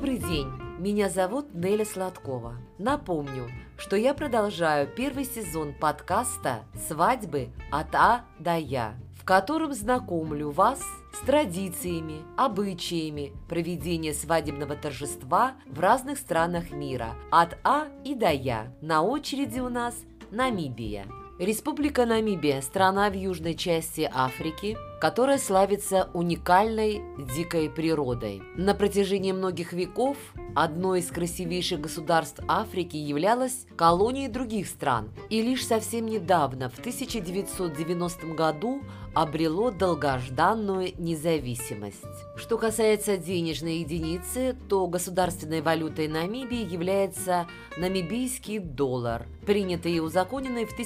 Добрый день, меня зовут Неля Сладкова. Напомню, что я продолжаю первый сезон подкаста «Свадьбы от А до Я», в котором знакомлю вас с традициями, обычаями проведения свадебного торжества в разных странах мира от А и до Я. На очереди у нас Намибия. Республика Намибия – страна в южной части Африки, которая славится уникальной дикой природой. На протяжении многих веков одной из красивейших государств Африки являлась колонией других стран, и лишь совсем недавно, в 1990 году, обрело долгожданную независимость. Что касается денежной единицы, то государственной валютой Намибии является намибийский доллар, принятый и узаконенный в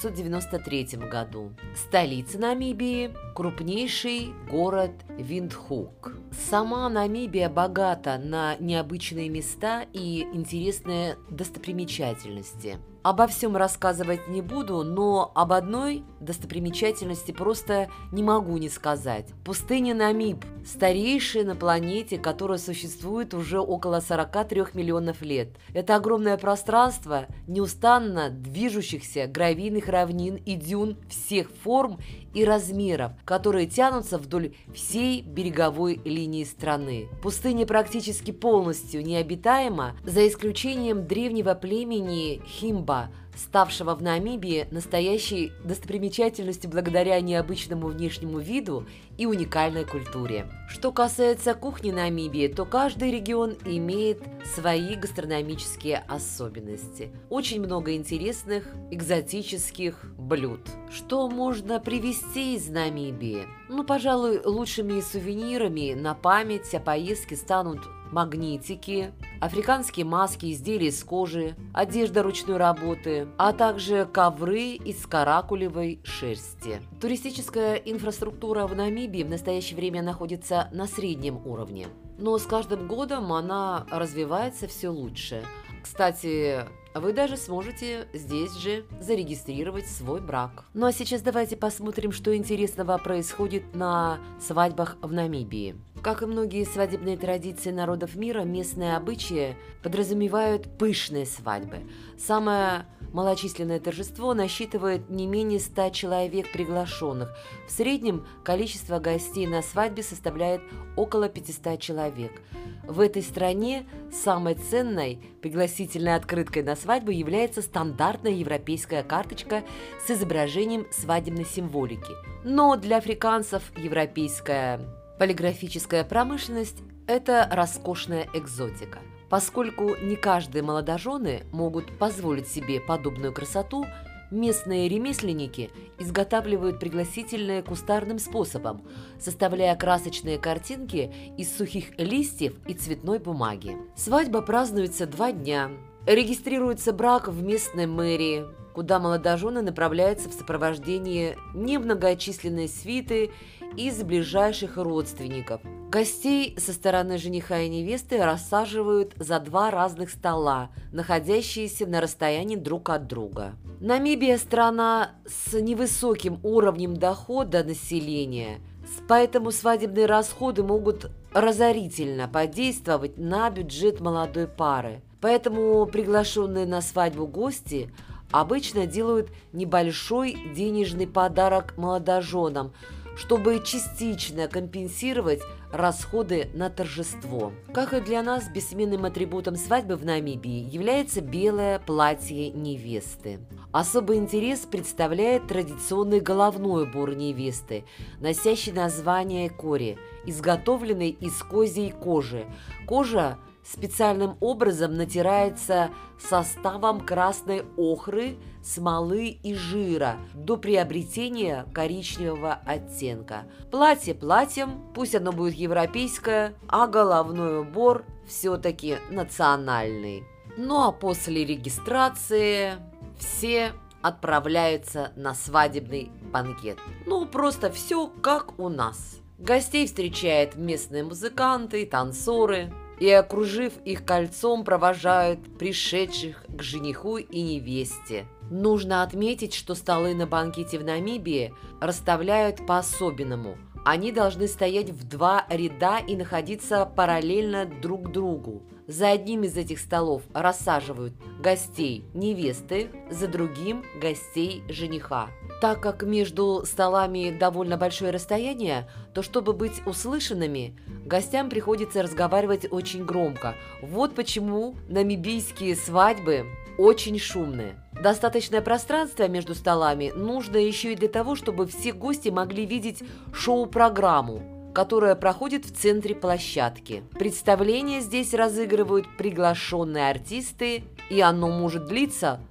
1993 году. Столица Намибии – крупнейший город Виндхук. Сама Намибия богата на необычные места и интересные достопримечательности. Обо всем рассказывать не буду, но об одной достопримечательности просто не могу не сказать. Пустыня Намиб – старейшая на планете, которая существует уже около 43 миллионов лет. Это огромное пространство неустанно движущихся гравийных равнин и дюн всех форм и размеров, которые тянутся вдоль всей береговой линии страны. Пустыня практически полностью необитаема, за исключением древнего племени Химба, ставшего в Намибии настоящей достопримечательностью благодаря необычному внешнему виду и уникальной культуре. Что касается кухни Намибии, то каждый регион имеет свои гастрономические особенности. Очень много интересных экзотических блюд. Что можно привезти из Намибии? Пожалуй, лучшими сувенирами на память о поездке станут магнитики, африканские маски, изделия из кожи, одежда ручной работы, а также ковры из каракулевой шерсти. Туристическая инфраструктура в Намибии в настоящее время находится на среднем уровне, но с каждым годом она развивается все лучше. Кстати, вы даже сможете здесь же зарегистрировать свой брак. Ну а сейчас давайте посмотрим, что интересного происходит на свадьбах в Намибии. Как и многие свадебные традиции народов мира, местные обычаи подразумевают пышные свадьбы. Самое малочисленное торжество насчитывает не менее 100 человек приглашенных. В среднем количество гостей на свадьбе составляет около 500 человек. В этой стране самой ценной пригласительной открыткой на свадьбу является стандартная европейская карточка с изображением свадебной символики. Но для африканцев европейская полиграфическая промышленность – это роскошная экзотика. Поскольку не каждые молодожены могут позволить себе подобную красоту, местные ремесленники изготавливают пригласительные кустарным способом, составляя красочные картинки из сухих листьев и цветной бумаги. Свадьба празднуется 2 дня. Регистрируется брак в местной мэрии, куда молодожены направляются в сопровождении немногочисленной свиты из ближайших родственников. Гостей со стороны жениха и невесты рассаживают за 2 разных стола, находящиеся на расстоянии друг от друга. Намибия – страна с невысоким уровнем дохода населения, поэтому свадебные расходы могут разорительно подействовать на бюджет молодой пары. Поэтому приглашенные на свадьбу гости обычно делают небольшой денежный подарок молодоженам, чтобы частично компенсировать расходы на торжество. Как и для нас, бессменным атрибутом свадьбы в Намибии является белое платье невесты. Особый интерес представляет традиционный головной убор невесты, носящий название кори, изготовленный из козьей кожи. Кожа специальным образом натирается составом красной охры, смолы и жира до приобретения коричневого оттенка. Платье платьем, пусть оно будет европейское, а головной убор все-таки национальный. Ну а после регистрации все отправляются на свадебный банкет. Просто все как у нас. Гостей встречают местные музыканты, танцоры, и, окружив их кольцом, провожают пришедших к жениху и невесте. Нужно отметить, что столы на банкете в Намибии расставляют по-особенному. Они должны стоять в 2 ряда и находиться параллельно друг другу. За одним из этих столов рассаживают гостей невесты, за другим – гостей жениха. Так как между столами довольно большое расстояние, то чтобы быть услышанными, гостям приходится разговаривать очень громко. Вот почему намибийские свадьбы очень шумные. Достаточное пространство между столами нужно еще и для того, чтобы все гости могли видеть шоу-программу, которая проходит в центре площадки. Представление здесь разыгрывают приглашенные артисты, и оно может длиться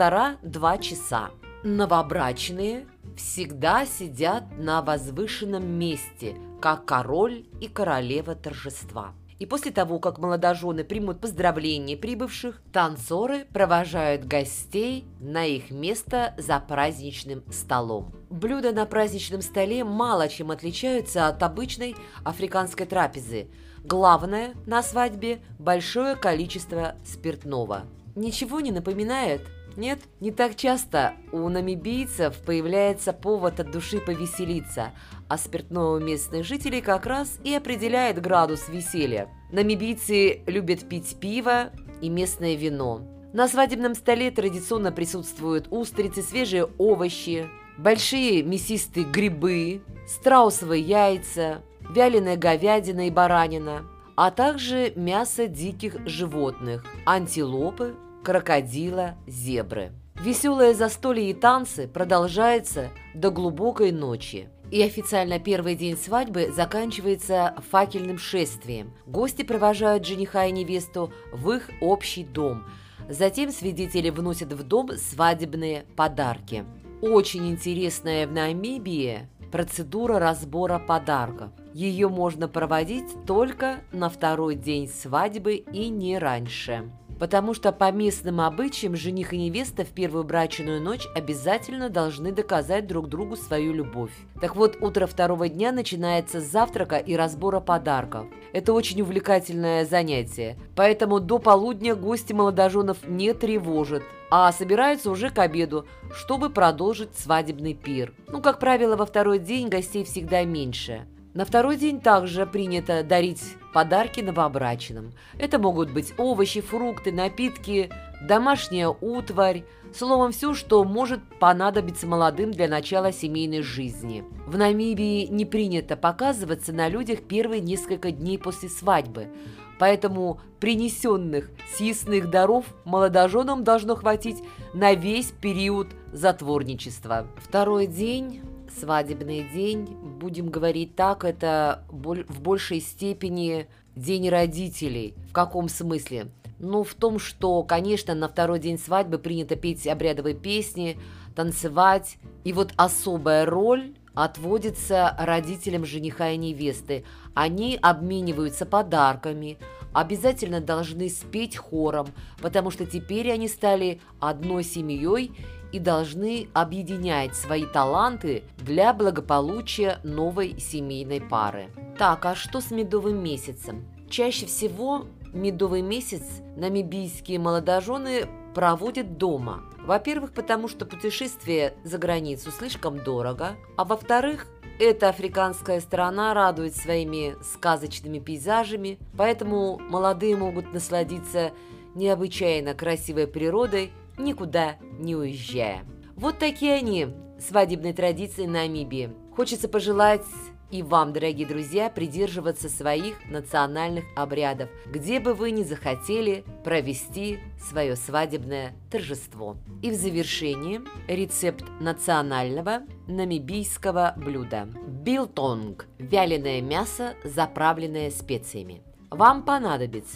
1,5–2 часа. Новобрачные всегда сидят на возвышенном месте, как король и королева торжества. И после того, как молодожены примут поздравления прибывших, танцоры провожают гостей на их место за праздничным столом. Блюда на праздничном столе мало чем отличаются от обычной африканской трапезы. Главное на свадьбе – большое количество спиртного. Ничего не напоминает? Нет, не так часто у намибийцев появляется повод от души повеселиться, а спиртное у местных жителей как раз и определяет градус веселья. Намибийцы любят пить пиво и местное вино. На свадебном столе традиционно присутствуют устрицы, свежие овощи, большие мясистые грибы, страусовые яйца, вяленая говядина и баранина, а также мясо диких животных – антилопы, крокодила, зебры. Веселое застолье и танцы продолжаются до глубокой ночи. И официально первый день свадьбы заканчивается факельным шествием. Гости провожают жениха и невесту в их общий дом. Затем свидетели вносят в дом свадебные подарки. Очень интересная в Намибии процедура разбора подарков. Ее можно проводить только на 2-й день свадьбы и не раньше. Потому что по местным обычаям жених и невеста в первую брачную ночь обязательно должны доказать друг другу свою любовь. Так вот, утро 2-го дня начинается с завтрака и разбора подарков. Это очень увлекательное занятие, поэтому до полудня гости молодоженов не тревожат, а собираются уже к обеду, чтобы продолжить свадебный пир. Как правило, во 2-й день гостей всегда меньше. На 2-й день также принято дарить подарки новобрачным. Это могут быть овощи, фрукты, напитки, домашняя утварь, словом, все, что может понадобиться молодым для начала семейной жизни. В Намибии не принято показываться на людях первые несколько дней после свадьбы, поэтому принесенных съестных даров молодоженам должно хватить на весь период затворничества. 2-й день... Свадебный день, будем говорить так, это в большей степени день родителей. В каком смысле? В том, что, конечно, на 2-й день свадьбы принято петь обрядовые песни, танцевать. И вот особая роль отводится родителям жениха и невесты. Они обмениваются подарками, обязательно должны спеть хором, потому что теперь они стали одной семьей и должны объединять свои таланты для благополучия новой семейной пары. Так, а что с медовым месяцем? Чаще всего медовый месяц намибийские молодожены проводят дома. Во-первых, потому что путешествие за границу слишком дорого, а во-вторых, эта африканская страна радует своими сказочными пейзажами, поэтому молодые могут насладиться необычайно красивой природой, никуда не уезжая. Вот такие они, свадебные традиции Намибии. Хочется пожелать и вам, дорогие друзья, придерживаться своих национальных обрядов, где бы вы ни захотели провести свое свадебное торжество. И в завершении рецепт национального намибийского блюда. Билтонг – вяленое мясо, заправленное специями. Вам понадобится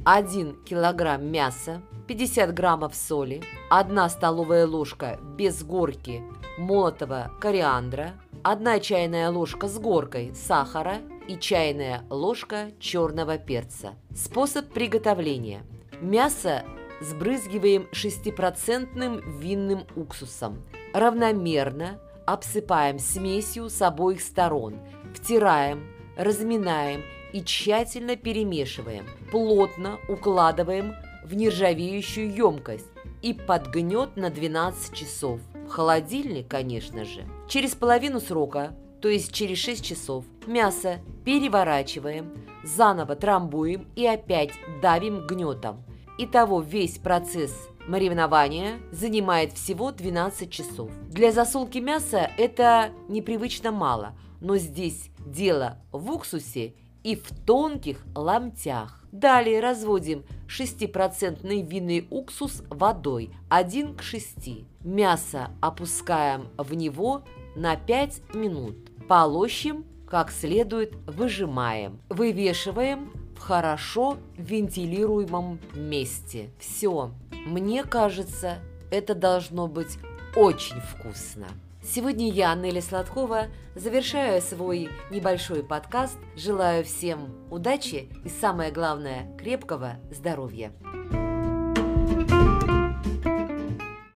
1 килограмм мяса, 50 граммов соли, 1 столовая ложка без горки молотого кориандра, 1 чайная ложка с горкой сахара и чайная ложка черного перца. Способ приготовления. Мясо сбрызгиваем 6% винным уксусом. Равномерно обсыпаем смесью с обоих сторон, втираем, разминаем и тщательно перемешиваем. Плотно укладываем в нержавеющую емкость и под гнет на 12 часов. В холодильник, конечно же. Через половину срока, то есть через 6 часов. Мясо переворачиваем, заново трамбуем и опять давим гнетом. Итого весь процесс маринования занимает всего 12 часов. Для засолки мяса это непривычно мало, но здесь дело в уксусе и в тонких ломтях. Далее разводим 6% винный уксус водой 1 к 6. Мясо опускаем в него на 5 минут. Полощем, как следует выжимаем. Вывешиваем в хорошо вентилируемом месте. Все. Мне кажется, это должно быть очень вкусно. Сегодня я, Нелли Сладкова, завершаю свой небольшой подкаст. Желаю всем удачи и, самое главное, крепкого здоровья.